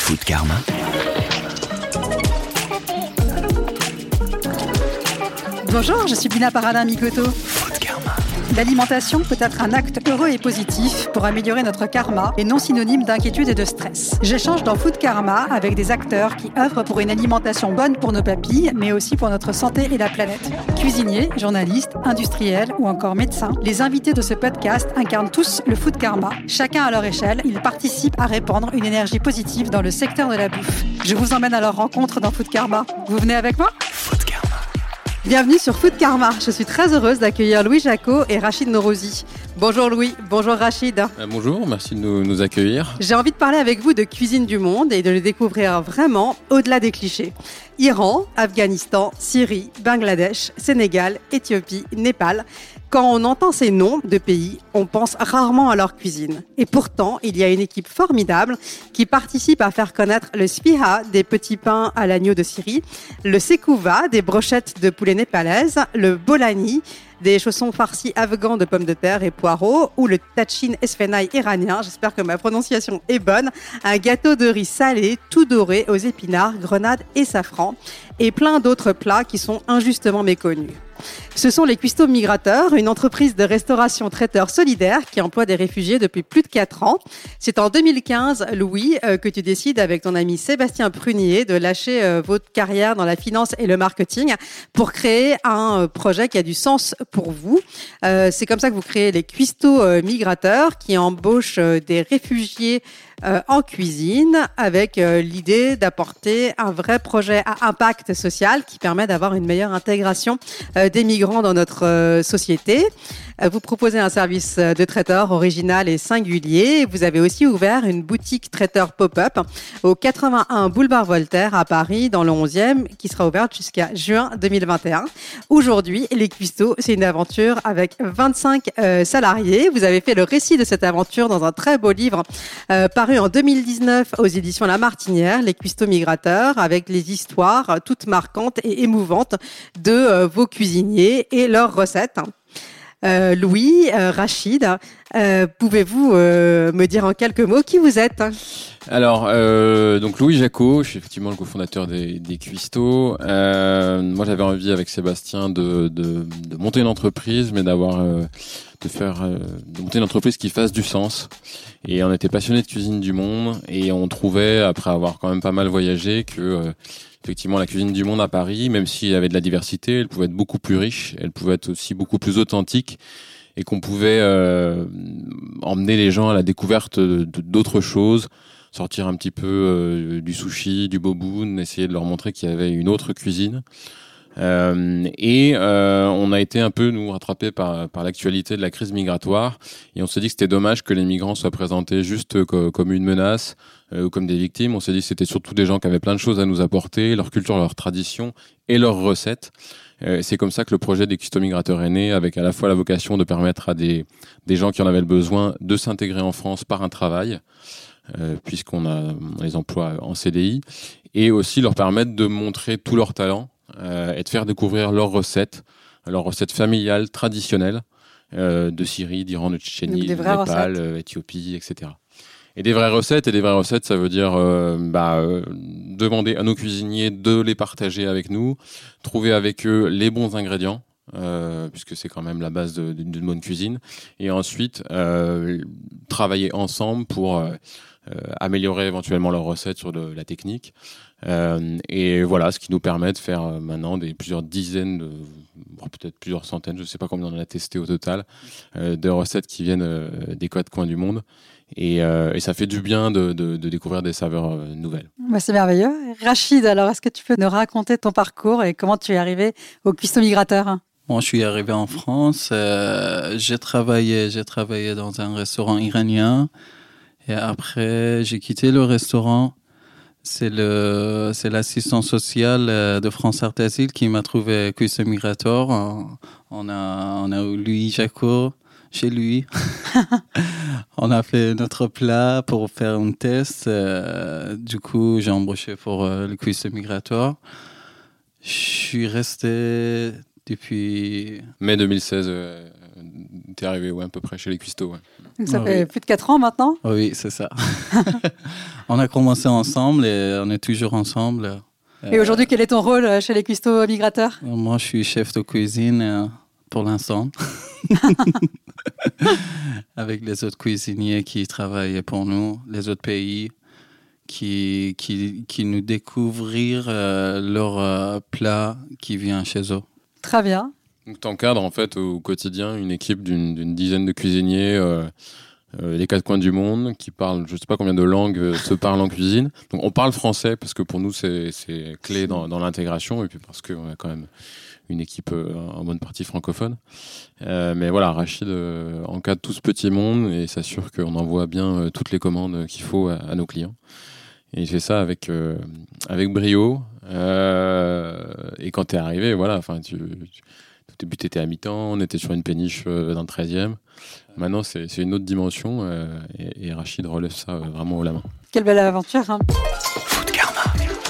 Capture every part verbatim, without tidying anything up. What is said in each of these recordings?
Food Karma. Bonjour, je suis Bina Paradin-Mikoto. Food Karma. L'alimentation peut être un acte heureux et positif pour améliorer notre karma et non synonyme d'inquiétude et de stress. J'échange dans Food Karma avec des acteurs qui œuvrent pour une alimentation bonne pour nos papilles, mais aussi pour notre santé et la planète. Cuisiniers, journalistes, industriels ou encore médecins, les invités de ce podcast incarnent tous le Food Karma. Chacun à leur échelle, ils participent à répandre une énergie positive dans le secteur de la bouffe. Je vous emmène à leur rencontre dans Food Karma. Vous venez avec moi ? Food Karma. Bienvenue sur Food Karma. Je suis très heureuse d'accueillir Louis Jacot et Rachid Norozi. Bonjour Louis, bonjour Rachid. Euh, bonjour, merci de nous, nous accueillir. J'ai envie de parler avec vous de cuisine du monde et de le découvrir vraiment au-delà des clichés. Iran, Afghanistan, Syrie, Bangladesh, Sénégal, Éthiopie, Népal. Quand on entend ces noms de pays, on pense rarement à leur cuisine. Et pourtant, il y a une équipe formidable qui participe à faire connaître le spiha, des petits pains à l'agneau de Syrie, le sekouva, des brochettes de poulet népalaises, le bolani, des chaussons farcis afghans de pommes de terre et poireaux, ou le tachin esfenai iranien, j'espère que ma prononciation est bonne, un gâteau de riz salé, tout doré aux épinards, grenades et safran, et plein d'autres plats qui sont injustement méconnus. Ce sont les Cuistots Migrateurs, une entreprise de restauration traiteur solidaire qui emploie des réfugiés depuis plus de quatre ans. C'est en deux mille quinze, Louis, euh, que tu décides avec ton ami Sébastien Prunier de lâcher euh, votre carrière dans la finance et le marketing pour créer un euh, projet qui a du sens pour vous. Euh, c'est comme ça que vous créez les Cuistots euh, Migrateurs qui embauchent euh, des réfugiés Euh, en cuisine avec euh, l'idée d'apporter un vrai projet à impact social qui permet d'avoir une meilleure intégration euh, des migrants dans notre euh, société. Euh, vous proposez un service de traiteur original et singulier. Vous avez aussi ouvert une boutique traiteur pop-up au quatre-vingt-un boulevard Voltaire à Paris dans le onzième qui sera ouverte jusqu'à juin deux mille vingt et un. Aujourd'hui, les Cuistots, c'est une aventure avec vingt-cinq euh, salariés. Vous avez fait le récit de cette aventure dans un très beau livre euh, paru en deux mille dix-neuf aux éditions La Martinière, les Cuistots Migrateurs, avec les histoires toutes marquantes et émouvantes de euh, vos cuisiniers et leurs recettes. Euh, Louis, euh, Rachid, euh, pouvez-vous euh, me dire en quelques mots qui vous êtes ? Alors, euh, donc Louis Jacot, je suis effectivement le cofondateur des, des Cuistots. Euh, moi, j'avais envie avec Sébastien de, de, de monter une entreprise, mais d'avoir, euh, de faire, euh, de monter une entreprise qui fasse du sens. Et on était passionnés de cuisine du monde, et on trouvait, après avoir quand même pas mal voyagé, que euh, effectivement la cuisine du monde à Paris, même s'il y avait de la diversité, elle pouvait être beaucoup plus riche, elle pouvait être aussi beaucoup plus authentique, et qu'on pouvait euh, emmener les gens à la découverte de, de, d'autres choses, sortir un petit peu euh, du sushi, du boboon, essayer de leur montrer qu'il y avait une autre cuisine. Euh, et euh, on a été un peu nous rattrapés par par l'actualité de la crise migratoire, et on s'est dit que c'était dommage que les migrants soient présentés juste co- comme une menace euh, ou comme des victimes. On s'est dit que c'était surtout des gens qui avaient plein de choses à nous apporter, leur culture, leur tradition et leurs recettes. Euh, c'est comme ça que le projet des Cuistots Migrateurs est né, avec à la fois la vocation de permettre à des des gens qui en avaient le besoin de s'intégrer en France par un travail, euh, puisqu'on a on les emploie en C D I, et aussi leur permettre de montrer tout leur talent. Euh, et de faire découvrir leurs recettes, leurs recettes familiales, traditionnelles, euh, de Syrie, d'Iran, de Tchétchénie, de Népal, euh, Éthiopie, et cetera. Et des vraies recettes, et des vraies recettes, ça veut dire euh, bah, euh, demander à nos cuisiniers de les partager avec nous, trouver avec eux les bons ingrédients, euh, puisque c'est quand même la base de, de, d'une bonne cuisine, et ensuite euh, travailler ensemble pour euh, euh, améliorer éventuellement leurs recettes sur de, la technique. Euh, et voilà, ce qui nous permet de faire euh, maintenant des plusieurs dizaines, de, peut-être plusieurs centaines, je ne sais pas combien on en a testé au total, euh, de recettes qui viennent euh, des quatre coins du monde. Et, euh, et ça fait du bien de, de, de découvrir des saveurs euh, nouvelles. Bah, c'est merveilleux. Rachid, alors est-ce que tu peux nous raconter ton parcours et comment tu es arrivé aux Cuistots Migrateurs ? Bon, je suis arrivé en France. Euh, j'ai travaillé, j'ai travaillé dans un restaurant iranien. Et après, j'ai quitté le restaurant. C'est le, c'est l'assistant social de France Art Asile qui m'a trouvé Cuistots Migrateurs. On a, on a eu Louis Jacot chez lui. On a fait notre plat pour faire un test. Euh, du coup, j'ai embauché pour euh, le Cuistots Migrateurs. Je suis resté depuis mai deux mille seize, euh, t'es arrivé ouais, à peu près chez les cuistots. Ouais. Donc ça Ah, fait oui. plus de quatre ans maintenant. Oui, c'est ça. On a commencé ensemble et on est toujours ensemble. Et aujourd'hui, quel est ton rôle chez les cuistots migrateurs ? Moi, je suis chef de cuisine euh, pour l'instant. Avec les autres cuisiniers qui travaillent pour nous, les autres pays qui, qui, qui nous découvrent euh, leurs euh, plats qui viennent chez eux. Très bien. Donc tu encadres en fait au quotidien une équipe d'une, d'une dizaine de cuisiniers euh, euh, les quatre coins du monde qui parlent, je sais pas combien de langues euh, se parlent en cuisine. Donc on parle français parce que pour nous c'est, c'est clé dans, dans l'intégration et puis parce qu'on a quand même une équipe euh, en bonne partie francophone. Euh, mais voilà, Rachid euh, encadre tout ce petit monde et s'assure qu'on envoie bien euh, toutes les commandes qu'il faut à, à nos clients. Et il fait ça avec, euh, avec brio. Euh, et quand t'es arrivé, voilà, enfin, tu, tu, au début t'étais à mi-temps, on était sur une péniche euh, dans le treizième. Maintenant, c'est, c'est une autre dimension euh, et, et Rachid relève ça euh, vraiment haut la main. Quelle belle aventure, hein. Food Karma.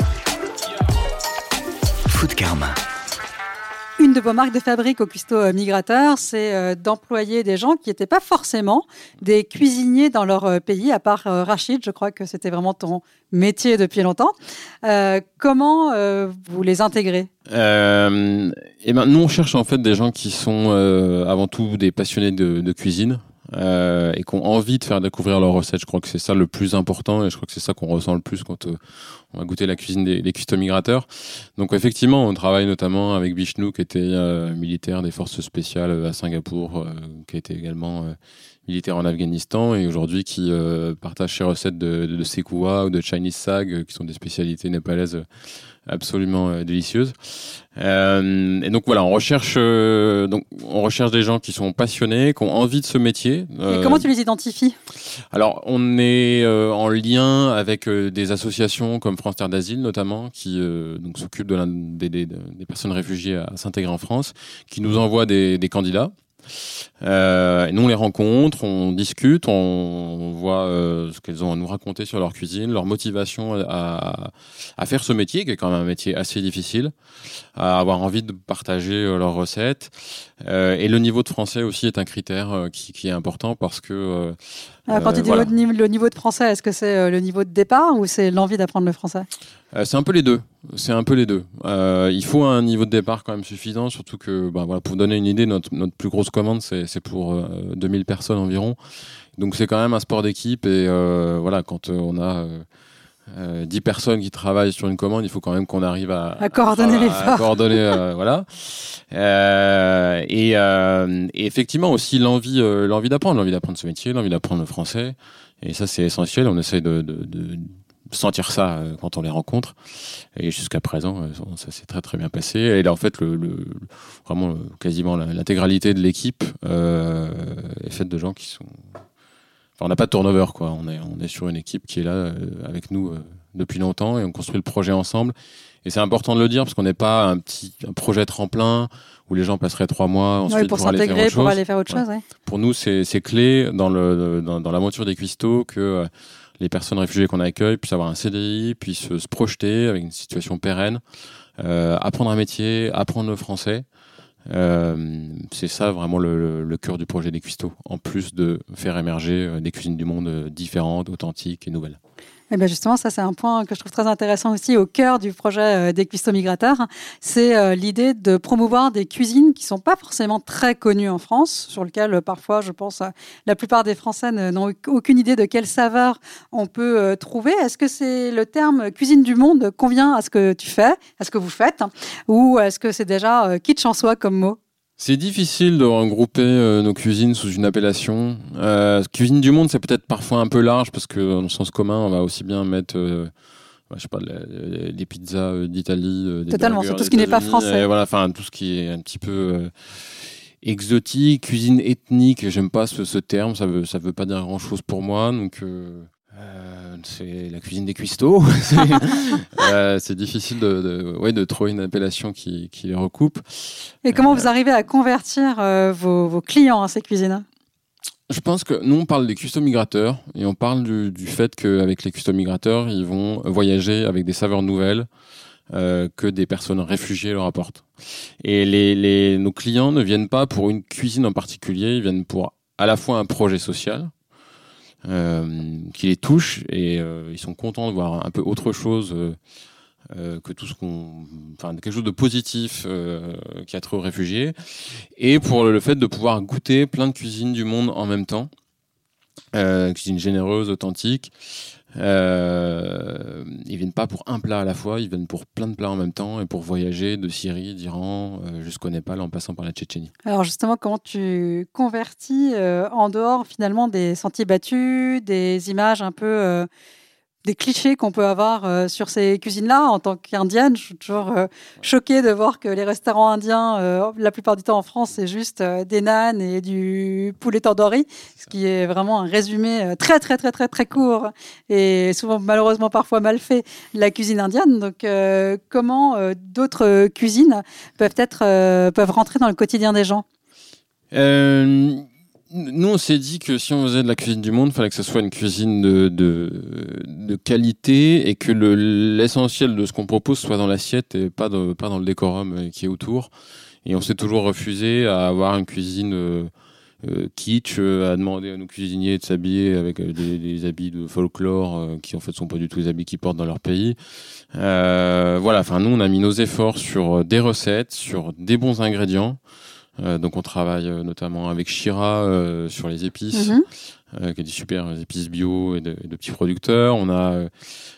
Food Karma. Une de vos marques de fabrique au Cuistot Migrateur, c'est euh, d'employer des gens qui n'étaient pas forcément des cuisiniers dans leur euh, pays, à part euh, Rachid, je crois que c'était vraiment ton métier depuis longtemps. Euh, comment euh, vous les intégrez ? euh, et ben, Nous, on cherche en fait des gens qui sont euh, avant tout des passionnés de, de cuisine. Euh, et qui ont envie de faire découvrir leurs recettes. Je crois que c'est ça le plus important et je crois que c'est ça qu'on ressent le plus quand euh, on va goûter la cuisine des, des cuistots migrateurs. Donc effectivement, on travaille notamment avec Vishnu qui était euh, militaire des forces spéciales à Singapour, euh, qui a été également euh, militaire en Afghanistan et aujourd'hui qui euh, partage ses recettes de, de, de Sekua ou de Chinese Sag, euh, qui sont des spécialités népalaises absolument euh, délicieuses. Euh, et donc voilà, on recherche, euh, donc on recherche des gens qui sont passionnés, qui ont envie de ce métier. Euh, et comment tu les identifies ? Alors, on est euh, en lien avec euh, des associations comme France Terre d'Asile notamment, qui euh, donc s'occupent de l'un des, des, des personnes réfugiées à s'intégrer en France, qui nous envoient des, des candidats. Euh, et nous on les rencontre, on discute, on, on voit euh, ce qu'elles ont à nous raconter sur leur cuisine, leur motivation à, à faire ce métier qui est quand même un métier assez difficile, à avoir envie de partager euh, leurs recettes. Euh, et le niveau de français aussi est un critère euh, qui, qui est important parce que euh, Alors, quand tu dis voilà. le, le niveau de français, est-ce que c'est le niveau de départ ou c'est l'envie d'apprendre le français ? Euh, c'est un peu les deux. C'est un peu les deux. Euh, il faut un niveau de départ quand même suffisant, surtout que, bah, voilà, pour vous donner une idée, notre, notre plus grosse commande, c'est, c'est pour euh, deux mille personnes environ. Donc c'est quand même un sport d'équipe et euh, voilà, quand euh, on a euh, euh, dix personnes qui travaillent sur une commande, il faut quand même qu'on arrive à, à coordonner à, l'effort. À coordonner, euh, voilà. Euh, et, euh, et effectivement aussi l'envie, euh, l'envie d'apprendre, l'envie d'apprendre ce métier, l'envie d'apprendre le français. Et ça c'est essentiel. On essaie de, de, de sentir ça quand on les rencontre et jusqu'à présent ça s'est très très bien passé et là en fait le, le vraiment quasiment l'intégralité de l'équipe euh, est faite de gens qui sont enfin on n'a pas de turnover quoi, on est on est sur une équipe qui est là euh, avec nous euh, depuis longtemps et on construit le projet ensemble et c'est important de le dire parce qu'on n'est pas un petit un projet tremplin où les gens passeraient trois mois ensuite oui, pour, pour aller faire autre chose. pour aller faire autre chose. Ouais. Ouais. Pour nous c'est c'est clé dans le dans, dans l'aventure des cuistots que euh, les personnes réfugiées qu'on accueille puissent avoir un C D I, puissent se projeter avec une situation pérenne, euh, apprendre un métier, apprendre le français. Euh, c'est ça vraiment le, le, le cœur du projet des cuistots, en plus de faire émerger des cuisines du monde différentes, authentiques et nouvelles. Et bien justement, ça c'est un point que je trouve très intéressant aussi au cœur du projet des Cuistots Migrateurs. C'est euh, l'idée de promouvoir des cuisines qui ne sont pas forcément très connues en France, sur lesquelles euh, parfois, je pense, euh, la plupart des Français n'ont aucune idée de quelle saveur on peut euh, trouver. Est-ce que c'est le terme cuisine du monde convient à ce que tu fais, à ce que vous faites, ou est-ce que c'est déjà euh, kitsch en soi comme mot ? C'est difficile de regrouper euh, nos cuisines sous une appellation. Euh, cuisine du monde, c'est peut-être parfois un peu large parce que dans le sens commun, on va aussi bien mettre, euh, je sais pas, les, les pizzas d'Italie, euh, des totalement, c'est tout ce qui n'est pas français. Et voilà, enfin tout ce qui est un petit peu euh, exotique, cuisine ethnique. J'aime pas ce, ce terme, ça veut ça veut pas dire grand-chose pour moi, donc. Euh... Euh, c'est la cuisine des cuistots. c'est, euh, c'est difficile de, de, ouais, de trouver une appellation qui, qui les recoupe. Et comment euh, vous arrivez à convertir euh, vos, vos clients à ces cuisines ? Je pense que nous, on parle des cuistots migrateurs et on parle du, du fait qu'avec les cuistots migrateurs, ils vont voyager avec des saveurs nouvelles, euh, que des personnes réfugiées leur apportent. Et les, les, nos clients ne viennent pas pour une cuisine en particulier, ils viennent pour à la fois un projet social euh, qui les touche et euh, ils sont contents de voir un peu autre chose euh, euh, que tout ce qu'on, enfin quelque chose de positif euh, qui a trait aux réfugiés, et pour le fait de pouvoir goûter plein de cuisines du monde en même temps, euh, cuisine généreuse, authentique. Euh, ils viennent pas pour un plat à la fois, ils viennent pour plein de plats en même temps et pour voyager de Syrie, d'Iran euh, jusqu'au Népal en passant par la Tchétchénie. Alors justement, comment tu convertis euh, en dehors finalement des sentiers battus, des images un peu, euh, des clichés qu'on peut avoir euh, sur ces cuisines-là. En tant qu'Indienne, je suis toujours euh, choquée de voir que les restaurants indiens, euh, la plupart du temps en France, c'est juste euh, des naans et du poulet tandoori, ce qui est vraiment un résumé euh, très, très, très, très, très court et souvent malheureusement parfois mal fait de la cuisine indienne. Donc, euh, comment euh, d'autres cuisines peuvent être, euh, peuvent rentrer dans le quotidien des gens? Euh... Nous, on s'est dit que si on faisait de la cuisine du monde, il fallait que ce soit une cuisine de, de, de qualité et que le, l'essentiel de ce qu'on propose soit dans l'assiette et pas, de, pas dans le décorum qui est autour. Et on s'est toujours refusé à avoir une cuisine euh, euh, kitsch, à demander à nos cuisiniers de s'habiller avec des, des habits de folklore euh, qui en fait sont pas du tout les habits qu'ils portent dans leur pays. Euh, voilà, enfin nous, on a mis nos efforts sur des recettes, sur des bons ingrédients. Euh, donc on travaille euh, notamment avec Shira euh, sur les épices, mmh. euh, qui est des super épices bio et de, et de petits producteurs. On a euh,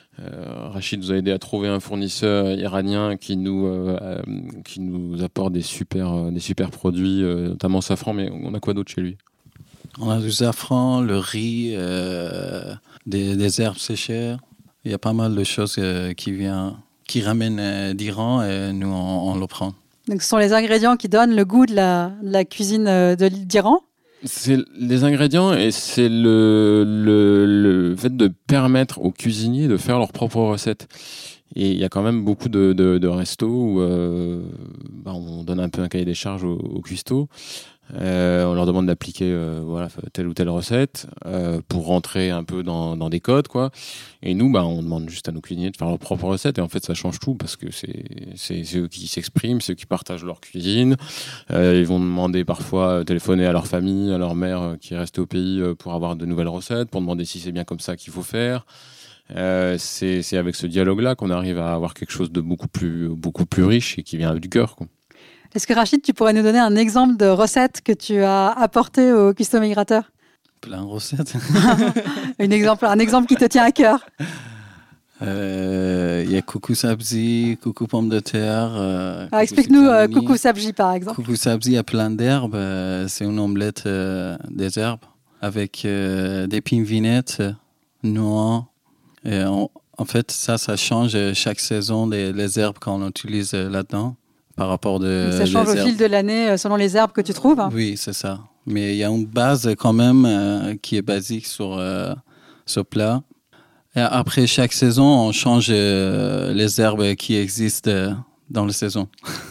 Rachid nous a aidé à trouver un fournisseur iranien qui nous euh, qui nous apporte des super des super produits, euh, notamment safran. Mais on a quoi d'autre chez lui? On a du safran, le riz, euh, des, des herbes séchées. Il y a pas mal de choses euh, qui viennent, qui ramènent euh, d'Iran et nous on, on le prend. Donc, ce sont les ingrédients qui donnent le goût de la, de la cuisine de l'île d'Iran? C'est les ingrédients et c'est le, le, le fait de permettre aux cuisiniers de faire leurs propres recettes. Et il y a quand même beaucoup de, de, de restos où euh, bah on donne un peu un cahier des charges aux, aux cuistots. Euh, on leur demande d'appliquer euh, voilà, telle ou telle recette euh, pour rentrer un peu dans, dans des codes, quoi. Et nous, bah, on demande juste à nos cuisiniers de faire leur propre recette. Et en fait, ça change tout parce que c'est, c'est, c'est eux qui s'expriment, c'est eux qui partagent leur cuisine. Euh, ils vont demander parfois, téléphoner à leur famille, à leur mère euh, qui est restée au pays euh, pour avoir de nouvelles recettes, pour demander si c'est bien comme ça qu'il faut faire. Euh, c'est, c'est avec ce dialogue-là qu'on arrive à avoir quelque chose de beaucoup plus, beaucoup plus riche et qui vient du cœur, quoi. Est-ce que Rachid, tu pourrais nous donner un exemple de recette que tu as apporté aux cuistots migrateurs? Plein de recettes. un, exemple, un exemple qui te tient à cœur. Il euh, y a coucou sabzi, coucou pomme de terre. Euh, ah, explique-nous euh, coucou sabzi par exemple. Coucou sabzi a plein d'herbes. Euh, c'est une omelette euh, des herbes avec euh, des pinvinettes, noix. Et on, en fait, ça, ça change chaque saison des, les herbes qu'on utilise là-dedans. Par rapport de, ça change au herbes. fil de l'année selon les herbes que tu trouves. Oui, c'est ça. Mais il y a une base quand même euh, qui est basique sur euh, ce plat. Et après chaque saison, on change euh, les herbes qui existent euh, dans la saison.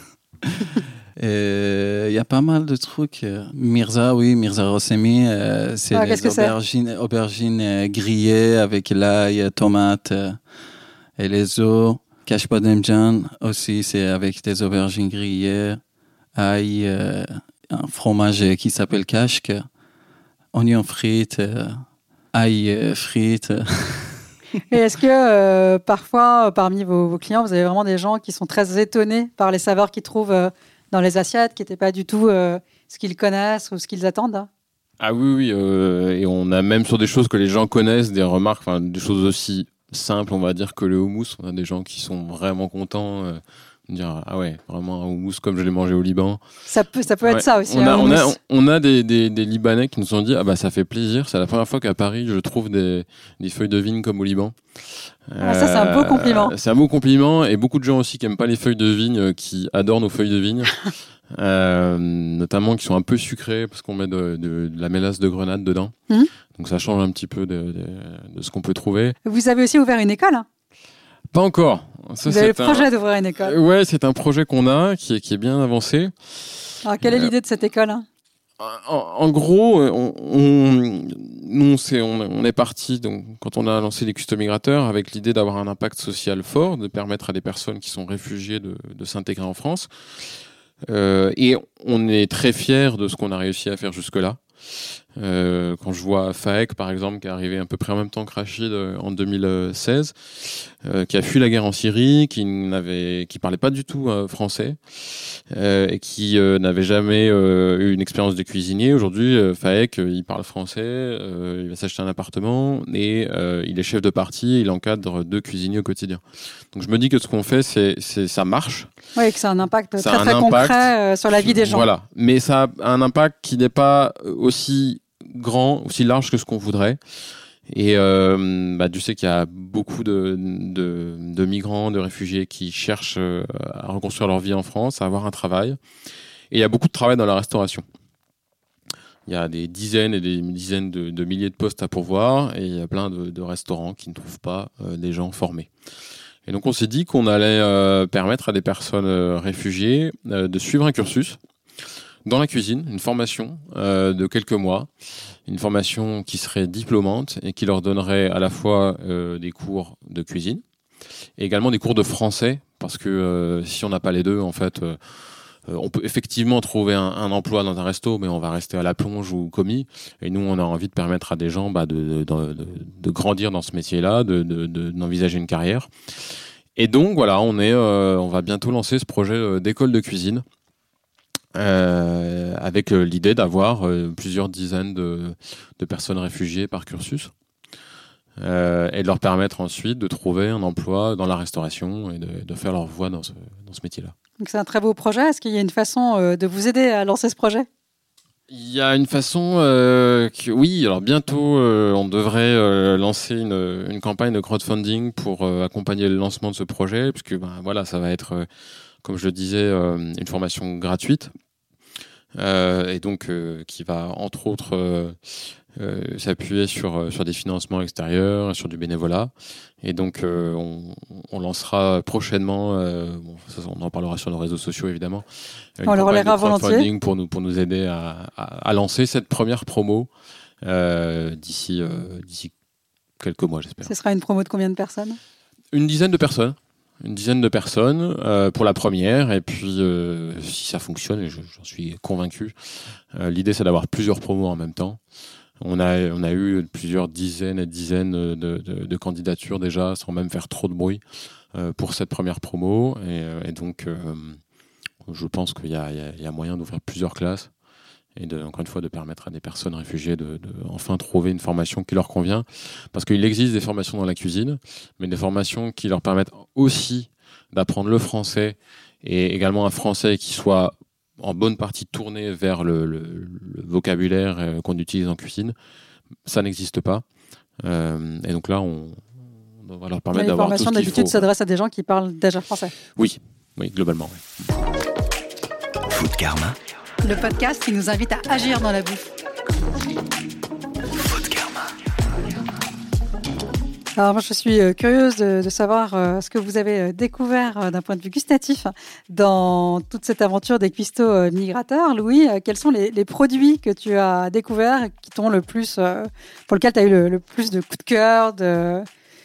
Il y a pas mal de trucs. Mirza, oui, Mirza Rossemi, euh, c'est ah, les aubergines, aubergines euh, grillées avec l'ail, tomates euh, et les œufs. Kash Bademjan aussi, c'est avec des aubergines grillées, ail, euh, un fromage qui s'appelle kashk, oignons frites, euh, ail euh, frites. Et est-ce que euh, parfois, parmi vos, vos clients, vous avez vraiment des gens qui sont très étonnés par les saveurs qu'ils trouvent euh, dans les assiettes, qui n'étaient pas du tout euh, ce qu'ils connaissent ou ce qu'ils attendent, hein? Ah oui, oui, euh, et on a même sur des choses que les gens connaissent, des remarques, enfin des choses aussi simple, on va dire, que le houmous. On a des gens qui sont vraiment contents euh, de dire ah ouais, vraiment un houmous comme je l'ai mangé au Liban. Ça peut, ça peut ouais. être ça aussi. On a, on a, on, on a des, des, des Libanais qui nous ont dit ah bah ça fait plaisir. C'est la première fois qu'à Paris je trouve des, des feuilles de vigne comme au Liban. Ah, ça c'est un beau compliment. Euh, c'est un beau compliment et beaucoup de gens aussi qui aiment pas les feuilles de vigne, euh, qui adorent nos feuilles de vigne. Euh, notamment qui sont un peu sucrées parce qu'on met de, de, de la mélasse de grenade dedans. Mmh. Donc ça change un petit peu de, de, de ce qu'on peut trouver. Vous avez aussi ouvert une école, hein? Pas encore. Ça, Vous avez le projet un... d'ouvrir une école? Ouais, c'est un projet qu'on a qui est, qui est bien avancé. Alors quelle est euh... l'idée de cette école, hein? en, en gros, on, on, nous, c'est, on, on est parti, donc, quand on a lancé les Cuistots Migrateurs, avec l'idée d'avoir un impact social fort, de permettre à des personnes qui sont réfugiées de, de s'intégrer en France. Euh, et on est très fiers de ce qu'on a réussi à faire jusque-là. Euh, quand je vois Faek, par exemple, qui est arrivé à peu près en même temps que Rachid euh, en deux mille seize, euh, qui a fui la guerre en Syrie, qui n'avait, qui parlait pas du tout euh, français, euh, et qui euh, n'avait jamais euh, eu une expérience de cuisinier. Aujourd'hui, euh, Faek, euh, il parle français, euh, il va s'acheter un appartement, et euh, il est chef de parti, il encadre deux cuisiniers au quotidien. Donc je me dis que ce qu'on fait, c'est, c'est ça marche. Oui, que ça a un impact ça très, très un concret impact, euh, sur la vie des gens. Voilà, mais ça a un impact qui n'est pas aussi grand, aussi large que ce qu'on voudrait. Et euh, bah, tu sais qu'il y a beaucoup de, de, de migrants, de réfugiés qui cherchent euh, à reconstruire leur vie en France, à avoir un travail. Et il y a beaucoup de travail dans la restauration. Il y a des dizaines et des dizaines de, de milliers de postes à pourvoir, et il y a plein de, de restaurants qui ne trouvent pas euh, des gens formés. Et donc on s'est dit qu'on allait euh, permettre à des personnes euh, réfugiées euh, de suivre un cursus dans la cuisine, une formation euh, de quelques mois, une formation qui serait diplômante et qui leur donnerait à la fois euh, des cours de cuisine et également des cours de français, parce que euh, si on n'a pas les deux, en fait, euh, on peut effectivement trouver un, un emploi dans un resto, mais on va rester à la plonge ou commis. Et nous, on a envie de permettre à des gens bah, de, de, de, de grandir dans ce métier-là, de, de, de, d'envisager une carrière. Et donc, voilà, on, est, euh, on va bientôt lancer ce projet d'école de cuisine. Euh, avec euh, l'idée d'avoir euh, plusieurs dizaines de, de personnes réfugiées par cursus euh, et de leur permettre ensuite de trouver un emploi dans la restauration et de, de faire leur voie dans ce, dans ce métier-là. Donc c'est un très beau projet. Est-ce qu'il y a une façon euh, de vous aider à lancer ce projet ? Il y a une façon euh, que, oui, alors bientôt euh, on devrait euh, lancer une, une campagne de crowdfunding pour euh, accompagner le lancement de ce projet, puisque ben, voilà, ça va être, euh, comme je le disais, euh, une formation gratuite. Euh, et donc euh, qui va entre autres euh, euh, s'appuyer sur, sur des financements extérieurs, sur du bénévolat. Et donc euh, on, on lancera prochainement, euh, bon, ça, on en parlera sur nos réseaux sociaux évidemment, une on le campagne de volontiers crowdfunding pour nous, pour nous aider à, à, à lancer cette première promo euh, d'ici, euh, d'ici quelques mois, j'espère. Ce sera une promo de combien de personnes ? Une dizaine de personnes. Une dizaine de personnes euh, pour la première, et puis euh, si ça fonctionne, et je, j'en suis convaincu, euh, l'idée c'est d'avoir plusieurs promos en même temps. On a, on a eu plusieurs dizaines et dizaines de, de, de candidatures déjà, sans même faire trop de bruit, euh, pour cette première promo, et, et donc euh, je pense qu'il y a, il y a, il y a moyen d'ouvrir plusieurs classes et de, encore une fois de permettre à des personnes réfugiées de, de enfin trouver une formation qui leur convient, parce qu'il existe des formations dans la cuisine, mais des formations qui leur permettent aussi d'apprendre le français, et également un français qui soit en bonne partie tourné vers le, le, le vocabulaire qu'on utilise en cuisine. Ça n'existe pas, euh, et donc là on, on va leur permettre d'avoir tout ce qu'il faut. Les formations d'habitude s'adressent à des gens qui parlent déjà français. Oui, oui, globalement. Oui. Food Karma. Le podcast qui nous invite à agir dans la bouffe. Food Karma. Alors moi, je suis curieuse de, de savoir euh, ce que vous avez découvert euh, d'un point de vue gustatif dans toute cette aventure des cuistots euh, migrateurs. Louis, euh, quels sont les, les produits que tu as découverts et qui t'ont le plus, euh, pour lesquels tu as eu le, le plus de coups de cœur de...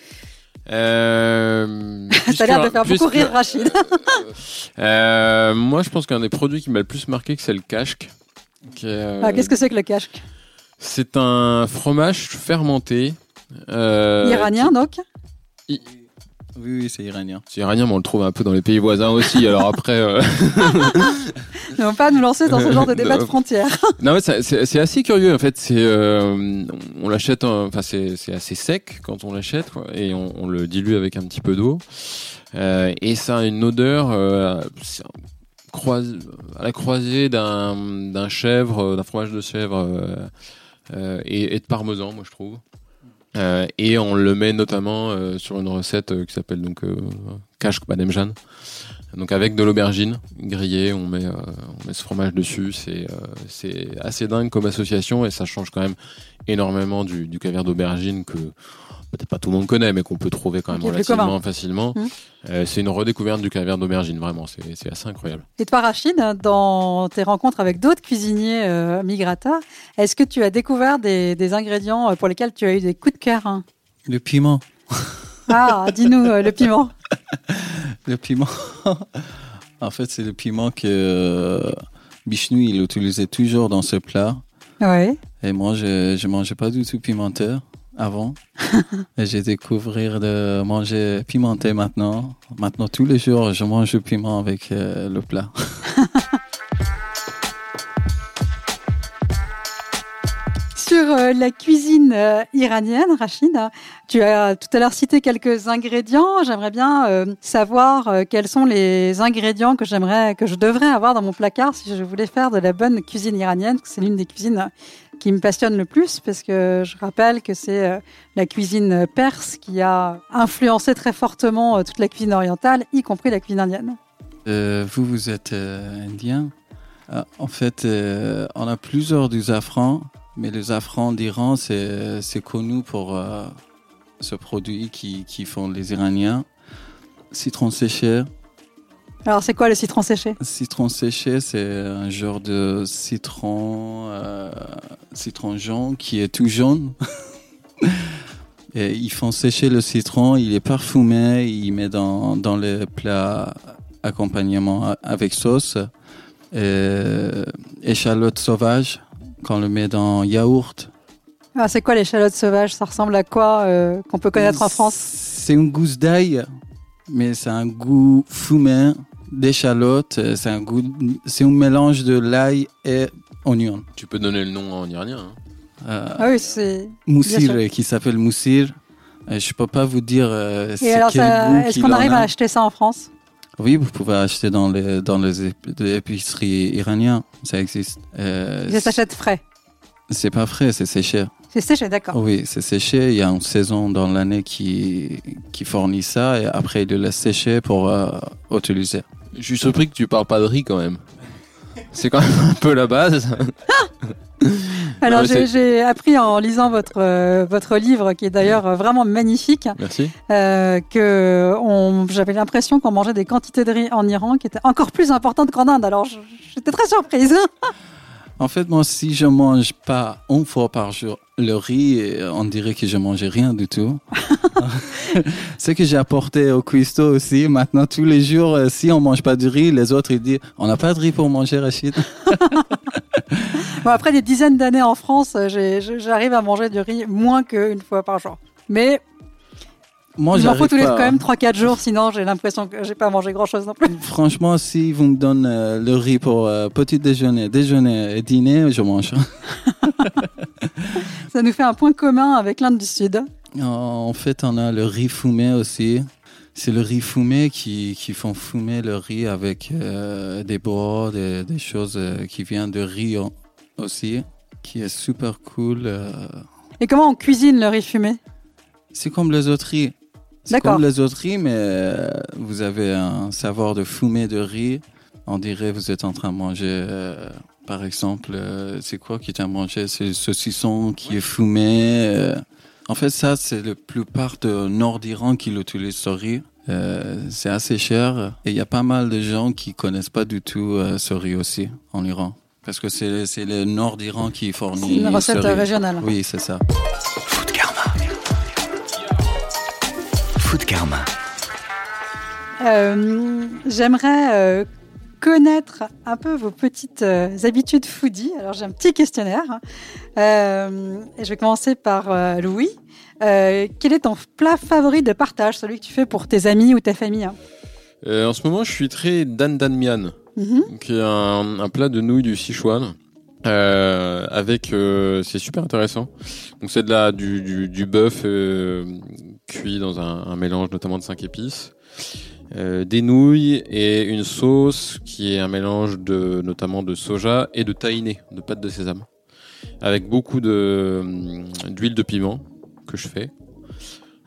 Euh, ça a l'air de faire beaucoup rire Rachid. euh, moi, je pense qu'un des produits qui m'a le plus marqué, c'est le kashk. Qui est, euh, ah, qu'est-ce que c'est que le kashk ? C'est un fromage fermenté. Euh, Iranien, qui... donc I... Oui, oui, c'est iranien. C'est iranien, mais on le trouve un peu dans les pays voisins aussi. Alors après, euh... ne vont pas nous lancer dans ce genre de débat de frontières. Non, mais c'est, c'est, c'est assez curieux en fait. C'est, euh, on l'achète, enfin c'est, c'est assez sec quand on l'achète, quoi, et on, on le dilue avec un petit peu d'eau. Euh, et ça a une odeur euh, croise, à la croisée d'un, d'un chèvre, d'un fromage de chèvre euh, euh, et, et de parmesan, moi je trouve. Euh, et on le met notamment euh, sur une recette euh, qui s'appelle donc euh, kashk bademjan. Donc avec de l'aubergine grillée, on met, euh, on met ce fromage dessus. C'est, euh, c'est assez dingue comme association, et ça change quand même énormément du, du caviar d'aubergine que peut-être pas tout le monde connaît, mais qu'on peut trouver quand même Okay, relativement facilement. Mmh. Euh, c'est une redécouverte du caviar d'aubergine, vraiment, c'est, c'est assez incroyable. Et toi, Rachid, dans tes rencontres avec d'autres cuisiniers euh, migrateurs, est-ce que tu as découvert des, des ingrédients pour lesquels tu as eu des coups de cœur, hein? Le piment. Ah, dis-nous euh, le piment. Le piment. En fait, c'est le piment que euh, Bichnou, il utilisait toujours dans ce plat. Ouais. Et moi, je ne mangeais pas du tout pimenté avant. Et j'ai découvert de manger pimenté maintenant. Maintenant, tous les jours, je mange le piment avec euh, le plat. Sur euh, la cuisine euh, iranienne, Rachid, tu as tout à l'heure cité quelques ingrédients. J'aimerais bien euh, savoir euh, quels sont les ingrédients que j'aimerais, que je devrais avoir dans mon placard si je voulais faire de la bonne cuisine iranienne. C'est l'une des cuisines qui me passionne le plus parce que je rappelle que c'est euh, la cuisine perse qui a influencé très fortement euh, toute la cuisine orientale, y compris la cuisine indienne. Euh, vous, vous êtes euh, indien. Euh, en fait, euh, on a plusieurs du safran. Mais le safran d'Iran, c'est, c'est connu pour euh, ce produit qui, qui font les Iraniens. Citron séché. Alors, c'est quoi le citron séché ? Citron séché, c'est un genre de citron, euh, citron jaune qui est tout jaune. Et ils font sécher le citron, il est parfumé, ils mettent dans, dans les plats accompagnement avec sauce. Et échalote sauvage. Quand on le met dans yaourt. Ah, c'est quoi l'échalote sauvage ? Ça ressemble à quoi euh, qu'on peut connaître en France ? C'est une gousse d'ail, mais c'est un goût fumé d'échalote. C'est un goût, c'est un mélange de l'ail et oignon. Tu peux donner le nom en iranien. Hein. Euh, ah oui, c'est Moussir, qui s'appelle Moussir. Je peux pas vous dire euh, c'est et alors quel ça, goût est-ce qu'il qu'on en arrive a. à acheter ça en France ? Oui, vous pouvez acheter dans les, dans les épiceries iraniennes. Ça existe. Euh, Ça s'achète frais. C'est pas frais, c'est séché. C'est séché, d'accord. Oui, c'est séché. Il y a une saison dans l'année qui, qui fournit ça et après, il le laisse sécher pour euh, utiliser. Je suis surpris que tu parles pas de riz quand même. C'est quand même un peu la base. Alors, non, j'ai, j'ai appris en lisant votre, euh, votre livre, qui est d'ailleurs euh, vraiment magnifique, Merci. euh, que on, j'avais l'impression qu'on mangeait des quantités de riz en Iran qui étaient encore plus importantes qu'en Inde. Alors, je, j'étais très surprise. En fait, moi, si je mange pas une fois par jour le riz, on dirait que je mangeais rien du tout. Ce que j'ai apporté au cuistot aussi, maintenant, tous les jours, si on mange pas de riz, les autres, ils disent, on n'a pas de riz pour manger, Rachid. Bon, après des dizaines d'années en France, j'ai, j'arrive à manger du riz moins qu'une fois par jour. Mais moi, il m'en faut tous les pas. quand même trois quatre jours, sinon j'ai l'impression que j'ai pas mangé grand-chose non plus. Franchement, si vous me donnez euh, le riz pour euh, petit déjeuner, déjeuner et dîner, je mange. Ça nous fait un point commun avec l'Inde du Sud. En fait, on a le riz fumé aussi. C'est le riz fumé qui, qui font fumer le riz avec euh, des bois, des, des choses euh, qui viennent de riz aussi, qui est super cool. Euh. Et comment on cuisine le riz fumé ? C'est comme les autres riz. C'est D'accord. comme les autres riz, mais euh, vous avez un savoir de fumer de riz. On dirait que vous êtes en train de manger, euh, par exemple, euh, c'est quoi qui t'a mangé ? C'est le saucisson qui est fumé. Euh. En fait, ça, c'est la plupart du nord d'Iran qui l'utilisent, ce riz. Euh, c'est assez cher. Et il y a pas mal de gens qui connaissent pas du tout euh, ce riz aussi, en Iran. Parce que c'est, c'est le nord d'Iran qui fournit une recette ce riz. régionale. Oui, c'est ça. Food Karma. Food Karma. Euh, j'aimerais euh, connaître un peu vos petites euh, habitudes foodie. Alors, j'ai un petit questionnaire. Euh, et je vais commencer par euh, Louis. Euh, quel est ton plat favori de partage, celui que tu fais pour tes amis ou ta famille ? Euh, en ce moment, je suis très dan dan mian, Mm-hmm. qui est un, un plat de nouilles du Sichuan. Euh, avec, euh, c'est super intéressant. Donc c'est de la du du, du bœuf euh, cuit dans un, un mélange notamment de cinq épices, euh, des nouilles et une sauce qui est un mélange de notamment de soja et de tahini, de pâte de sésame, avec beaucoup de d'huile de piment que je fais.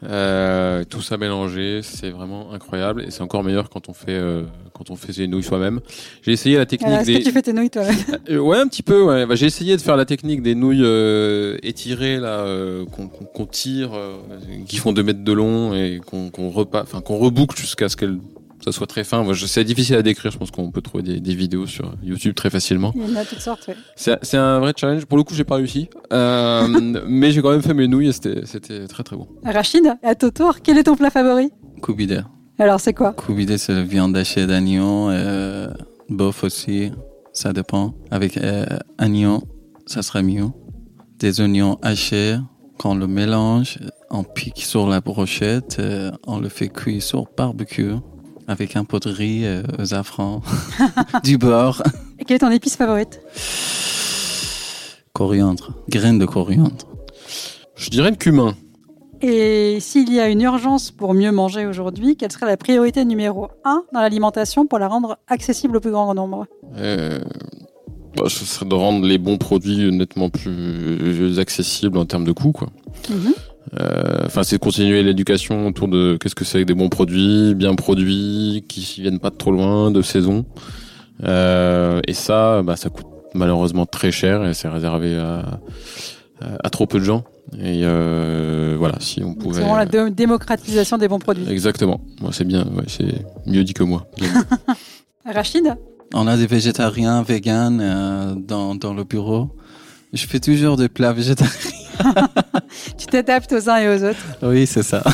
Euh, tout ça mélangé, c'est vraiment incroyable et c'est encore meilleur quand on fait euh, quand on fait ses nouilles soi-même. J'ai essayé la technique Alors, est-ce des. que tu fais tes nouilles toi-même? Euh, ouais, un petit peu. Ouais. Bah, j'ai essayé de faire la technique des nouilles euh, étirées là, euh, qu'on, qu'on, qu'on tire, euh, qui font deux mètres de long et qu'on, qu'on repas, enfin qu'on reboucle jusqu'à ce qu'elle ça soit très fin. Moi, je, c'est difficile à décrire. Je pense qu'on peut trouver des, des vidéos sur YouTube très facilement. Il y en a toutes sortes. Ouais. C'est, c'est un vrai challenge. Pour le coup, j'ai pas réussi, euh, mais j'ai quand même fait mes nouilles et c'était, c'était très très bon. Rachid, à ton tour, quel est ton plat favori? Koubida. Alors, c'est quoi? Koubida, c'est la viande hachée d'agneau, euh, bœuf aussi, ça dépend. Avec euh, agneau, ça sera mieux. Des oignons hachés, quand on le mélange, on pique sur la brochette, euh, on le fait cuire sur barbecue. Avec un pot de riz, euh, aux safran, du beurre. Et quelle est ton épice favorite? Coriandre, graines de coriandre. Je dirais le cumin. Et s'il y a une urgence pour mieux manger aujourd'hui, quelle serait la priorité numéro un dans l'alimentation pour la rendre accessible au plus grand nombre? Euh, bah, ce serait de rendre les bons produits nettement plus accessibles en termes de coût, quoi. Mm-hmm. Enfin, euh, c'est de continuer l'éducation autour de qu'est-ce que c'est que des bons produits, bien produits, qui viennent pas de trop loin, de saison. Euh, et ça, bah, ça coûte malheureusement très cher et c'est réservé à, à, à trop peu de gens. Et euh, voilà, si on pouvait. C'est vraiment la dé- démocratisation des bons produits. Exactement. Moi, c'est bien. Ouais, c'est mieux dit que moi. Rachid? On a des végétariens, véganes euh, dans dans le bureau. Je fais toujours des plats végétariens. Tu t'adaptes aux uns et aux autres. Oui, c'est ça.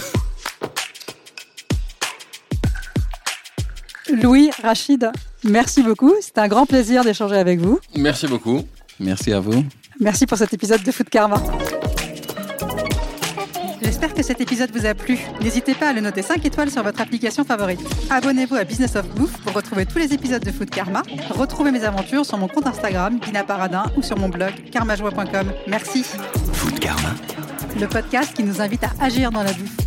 Louis, Rachid, merci beaucoup. C'était un grand plaisir d'échanger avec vous. Merci beaucoup. Merci à vous. Merci pour cet épisode de Food Karma. J'espère que cet épisode vous a plu. N'hésitez pas à le noter cinq étoiles sur votre application favorite. Abonnez-vous à Business of Bouffe pour retrouver tous les épisodes de Food Karma. Retrouvez mes aventures sur mon compte Instagram, Dina Paradin, ou sur mon blog, karmajoie point com. Merci. Food Karma. Le podcast qui nous invite à agir dans la bouffe.